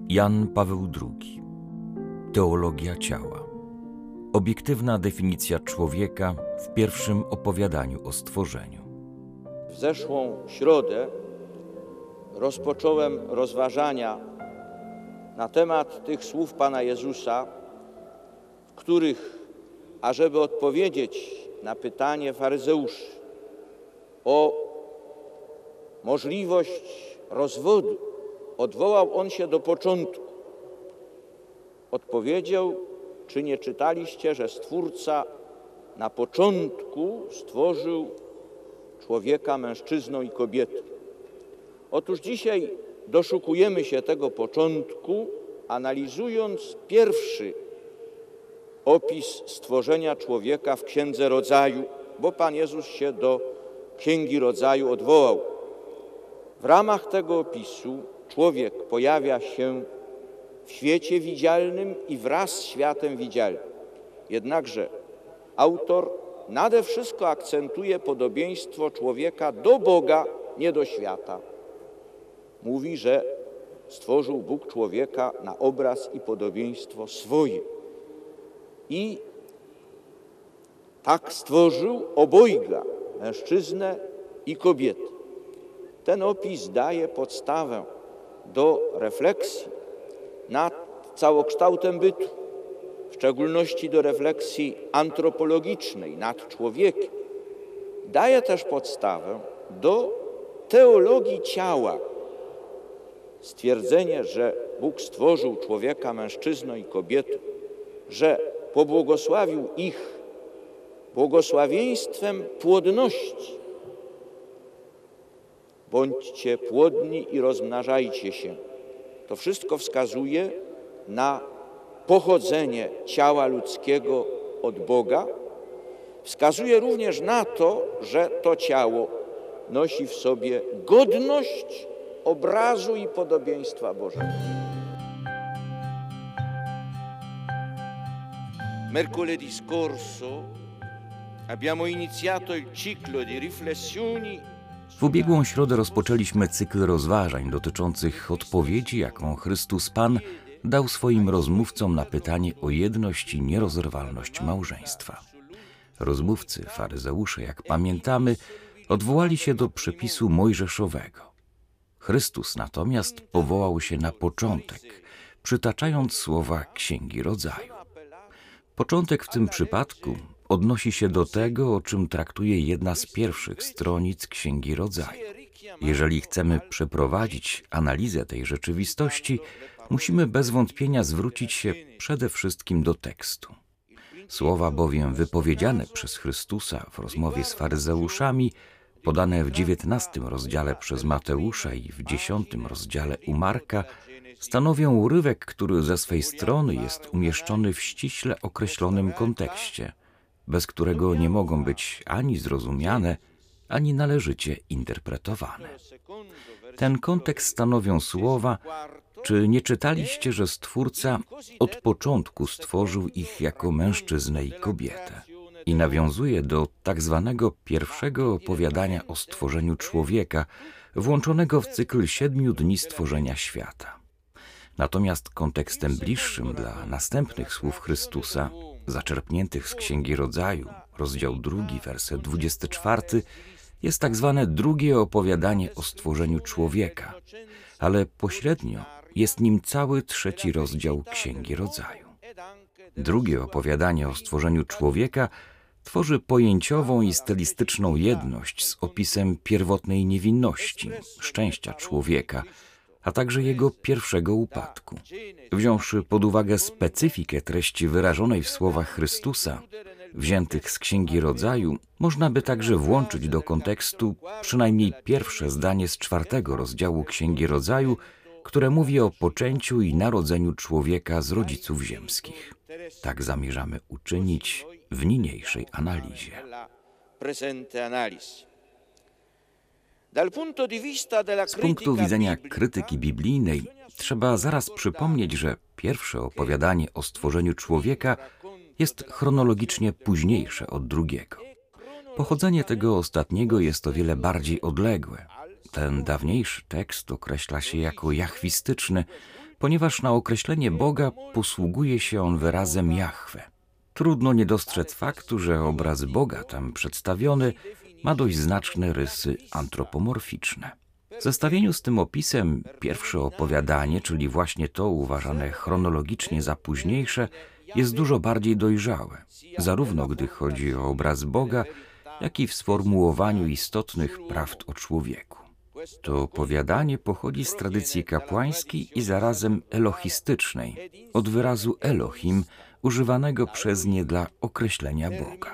Jan Paweł II. Teologia ciała. Obiektywna definicja człowieka w pierwszym opowiadaniu o stworzeniu. W zeszłą środę rozpocząłem rozważania na temat tych słów Pana Jezusa, w których, ażeby odpowiedzieć na pytanie faryzeuszy o możliwość rozwodu, odwołał On się do początku. Odpowiedział: czy nie czytaliście, że Stwórca na początku stworzył człowieka, mężczyznę i kobietę? Otóż dzisiaj doszukujemy się tego początku, analizując pierwszy opis stworzenia człowieka w Księdze Rodzaju, bo Pan Jezus się do Księgi Rodzaju odwołał. W ramach tego opisu człowiek pojawia się w świecie widzialnym i wraz z światem widzialnym. Jednakże autor nade wszystko akcentuje podobieństwo człowieka do Boga, nie do świata. Mówi, że stworzył Bóg człowieka na obraz i podobieństwo swoje. I tak stworzył obojga, mężczyznę i kobietę. Ten opis daje podstawę do refleksji nad całokształtem bytu, w szczególności do refleksji antropologicznej nad człowiekiem. Daje też podstawę do teologii ciała. Stwierdzenie, że Bóg stworzył człowieka, mężczyznę i kobietę, że pobłogosławił ich błogosławieństwem płodności. Bądźcie płodni i rozmnażajcie się. To wszystko wskazuje na pochodzenie ciała ludzkiego od Boga. Wskazuje również na to, że to ciało nosi w sobie godność obrazu i podobieństwa Bożego. Mercoledì scorso abbiamo iniziato il ciclo di riflessioni. W ubiegłą środę rozpoczęliśmy cykl rozważań dotyczących odpowiedzi, jaką Chrystus Pan dał swoim rozmówcom na pytanie o jedność i nierozerwalność małżeństwa. Rozmówcy, faryzeusze, jak pamiętamy, odwołali się do przepisu mojżeszowego. Chrystus natomiast powołał się na początek, przytaczając słowa Księgi Rodzaju. Początek w tym przypadku odnosi się do tego, o czym traktuje jedna z pierwszych stronic Księgi Rodzaju. Jeżeli chcemy przeprowadzić analizę tej rzeczywistości, musimy bez wątpienia zwrócić się przede wszystkim do tekstu. Słowa bowiem wypowiedziane przez Chrystusa w rozmowie z faryzeuszami, podane w 19 rozdziale przez Mateusza i w 10 rozdziale u Marka, stanowią urywek, który ze swej strony jest umieszczony w ściśle określonym kontekście, bez którego nie mogą być ani zrozumiane, ani należycie interpretowane. Ten kontekst stanowią słowa: czy nie czytaliście, że Stwórca od początku stworzył ich jako mężczyznę i kobietę? I nawiązuje do tak zwanego pierwszego opowiadania o stworzeniu człowieka, włączonego w cykl 7 dni stworzenia świata. Natomiast kontekstem bliższym dla następnych słów Chrystusa, zaczerpniętych z Księgi Rodzaju, rozdział 2, werset 24, jest tak zwane drugie opowiadanie o stworzeniu człowieka, ale pośrednio jest nim cały 3 rozdział Księgi Rodzaju. Drugie opowiadanie o stworzeniu człowieka tworzy pojęciową i stylistyczną jedność z opisem pierwotnej niewinności, szczęścia człowieka, a także jego pierwszego upadku. Wziąwszy pod uwagę specyfikę treści wyrażonej w słowach Chrystusa, wziętych z Księgi Rodzaju, można by także włączyć do kontekstu przynajmniej pierwsze zdanie z 4 rozdziału Księgi Rodzaju, które mówi o poczęciu i narodzeniu człowieka z rodziców ziemskich. Tak zamierzamy uczynić w niniejszej analizie. Z punktu widzenia krytyki biblijnej trzeba zaraz przypomnieć, że pierwsze opowiadanie o stworzeniu człowieka jest chronologicznie późniejsze od drugiego. Pochodzenie tego ostatniego jest o wiele bardziej odległe. Ten dawniejszy tekst określa się jako jachwistyczny, ponieważ na określenie Boga posługuje się on wyrazem Jahwe. Trudno nie dostrzec faktu, że obraz Boga tam przedstawiony ma dość znaczne rysy antropomorficzne. W zestawieniu z tym opisem pierwsze opowiadanie, czyli właśnie to uważane chronologicznie za późniejsze, jest dużo bardziej dojrzałe, zarówno gdy chodzi o obraz Boga, jak i w sformułowaniu istotnych prawd o człowieku. To opowiadanie pochodzi z tradycji kapłańskiej i zarazem elohistycznej, od wyrazu Elohim, używanego przez nie dla określenia Boga.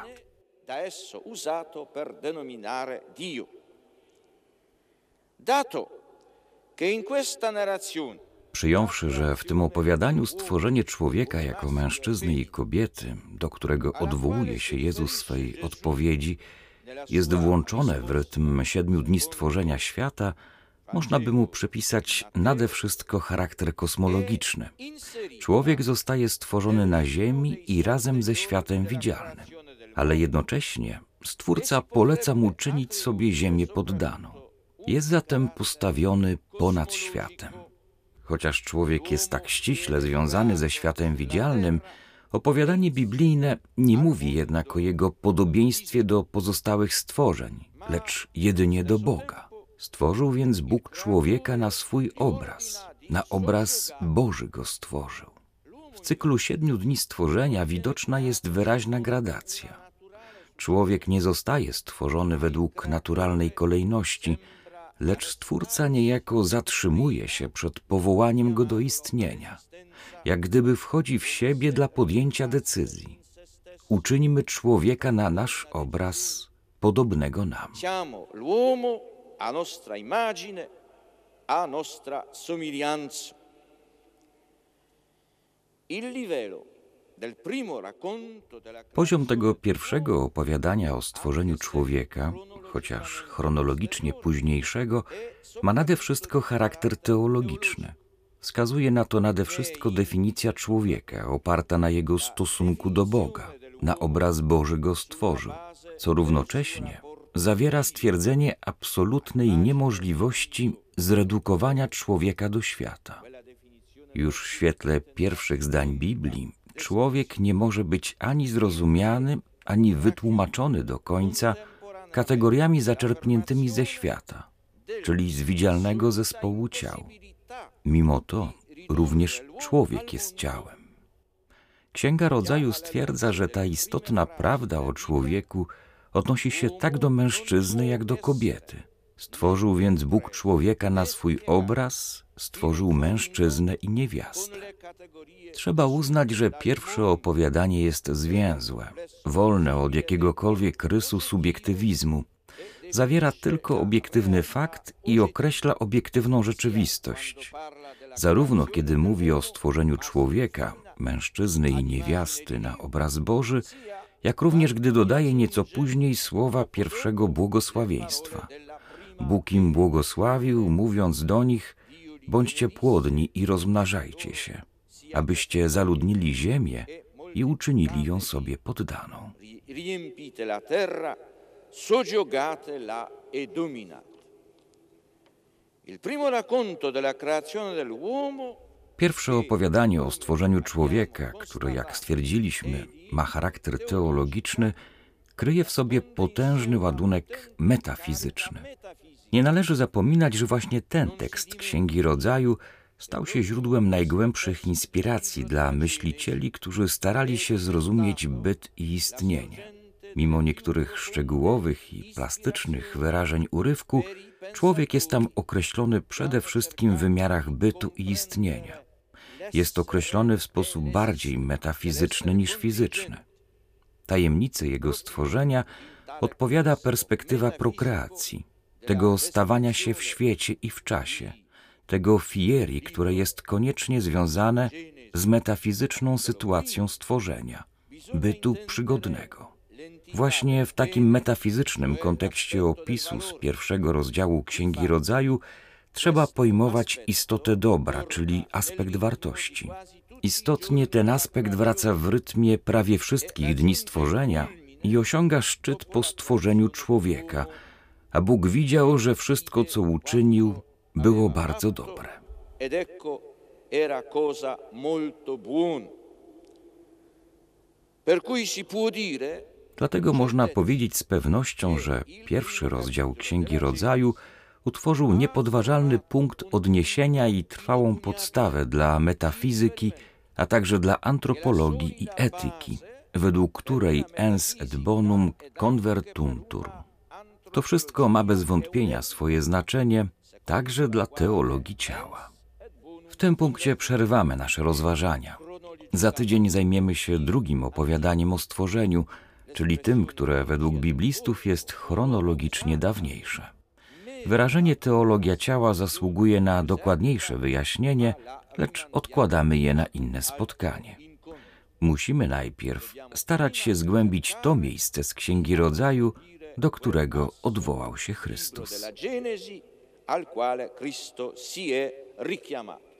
Przyjąwszy, że w tym opowiadaniu stworzenie człowieka jako mężczyzny i kobiety, do którego odwołuje się Jezus w swej odpowiedzi, jest włączone w rytm 7 dni stworzenia świata, można by mu przypisać nade wszystko charakter kosmologiczny. Człowiek zostaje stworzony na ziemi i razem ze światem widzialnym, ale jednocześnie Stwórca poleca mu czynić sobie ziemię poddaną. Jest zatem postawiony ponad światem. Chociaż człowiek jest tak ściśle związany ze światem widzialnym, opowiadanie biblijne nie mówi jednak o jego podobieństwie do pozostałych stworzeń, lecz jedynie do Boga. Stworzył więc Bóg człowieka na swój obraz, na obraz Boży go stworzył. W cyklu 7 dni stworzenia widoczna jest wyraźna gradacja. Człowiek nie zostaje stworzony według naturalnej kolejności, lecz Stwórca niejako zatrzymuje się przed powołaniem go do istnienia, jak gdyby wchodzi w siebie dla podjęcia decyzji. Uczyńmy człowieka na nasz obraz, podobnego nam. Siamo l'uomo a nostra immagine, a nostra somiglianza. Il livello del primo racconto della Poziom tego pierwszego opowiadania o stworzeniu człowieka, chociaż chronologicznie późniejszego, ma nade wszystko charakter teologiczny. Wskazuje na to nade wszystko definicja człowieka, oparta na jego stosunku do Boga, na obraz Boży go stworzył, co równocześnie zawiera stwierdzenie absolutnej niemożliwości zredukowania człowieka do świata. Już w świetle pierwszych zdań Biblii człowiek nie może być ani zrozumiany, ani wytłumaczony do końca kategoriami zaczerpniętymi ze świata, czyli z widzialnego zespołu ciał. Mimo to również człowiek jest ciałem. Księga Rodzaju stwierdza, że ta istotna prawda o człowieku odnosi się tak do mężczyzny, jak do kobiety. Stworzył więc Bóg człowieka na swój obraz, stworzył mężczyznę i niewiastę. Trzeba uznać, że pierwsze opowiadanie jest zwięzłe, wolne od jakiegokolwiek rysu subiektywizmu. Zawiera tylko obiektywny fakt i określa obiektywną rzeczywistość. Zarówno kiedy mówi o stworzeniu człowieka, mężczyzny i niewiasty na obraz Boży, jak również gdy dodaje nieco później słowa pierwszego błogosławieństwa. Bóg im błogosławił, mówiąc do nich: bądźcie płodni i rozmnażajcie się, abyście zaludnili ziemię i uczynili ją sobie poddaną. Riempite la terra, soggiogate la e dominate. Il primo racconto della creazione dell'uomo. Pierwsze opowiadanie o stworzeniu człowieka, które, jak stwierdziliśmy, ma charakter teologiczny, kryje w sobie potężny ładunek metafizyczny. Nie należy zapominać, że właśnie ten tekst Księgi Rodzaju stał się źródłem najgłębszych inspiracji dla myślicieli, którzy starali się zrozumieć byt i istnienie. Mimo niektórych szczegółowych i plastycznych wyrażeń urywku, człowiek jest tam określony przede wszystkim w wymiarach bytu i istnienia. Jest określony w sposób bardziej metafizyczny niż fizyczny. Tajemnicy jego stworzenia odpowiada perspektywa prokreacji, tego stawania się w świecie i w czasie, tego fierii, które jest koniecznie związane z metafizyczną sytuacją stworzenia, bytu przygodnego. Właśnie w takim metafizycznym kontekście opisu z pierwszego rozdziału Księgi Rodzaju trzeba pojmować istotę dobra, czyli aspekt wartości. Istotnie ten aspekt wraca w rytmie prawie wszystkich dni stworzenia i osiąga szczyt po stworzeniu człowieka, a Bóg widział, że wszystko, co uczynił, było bardzo dobre. Ed ecco era cosa molto buona. Per cui si può dire. Dlatego można powiedzieć z pewnością, że pierwszy rozdział Księgi Rodzaju utworzył niepodważalny punkt odniesienia i trwałą podstawę dla metafizyki, a także dla antropologii i etyki, według której ens et bonum convertuntur. To wszystko ma bez wątpienia swoje znaczenie także dla teologii ciała. W tym punkcie przerywamy nasze rozważania. Za tydzień zajmiemy się drugim opowiadaniem o stworzeniu, czyli tym, które według biblistów jest chronologicznie dawniejsze. Wyrażenie teologia ciała zasługuje na dokładniejsze wyjaśnienie, lecz odkładamy je na inne spotkanie. Musimy najpierw starać się zgłębić to miejsce z Księgi Rodzaju, do którego odwołał się Chrystus. Della Genesi al quale Cristo si è richiamato.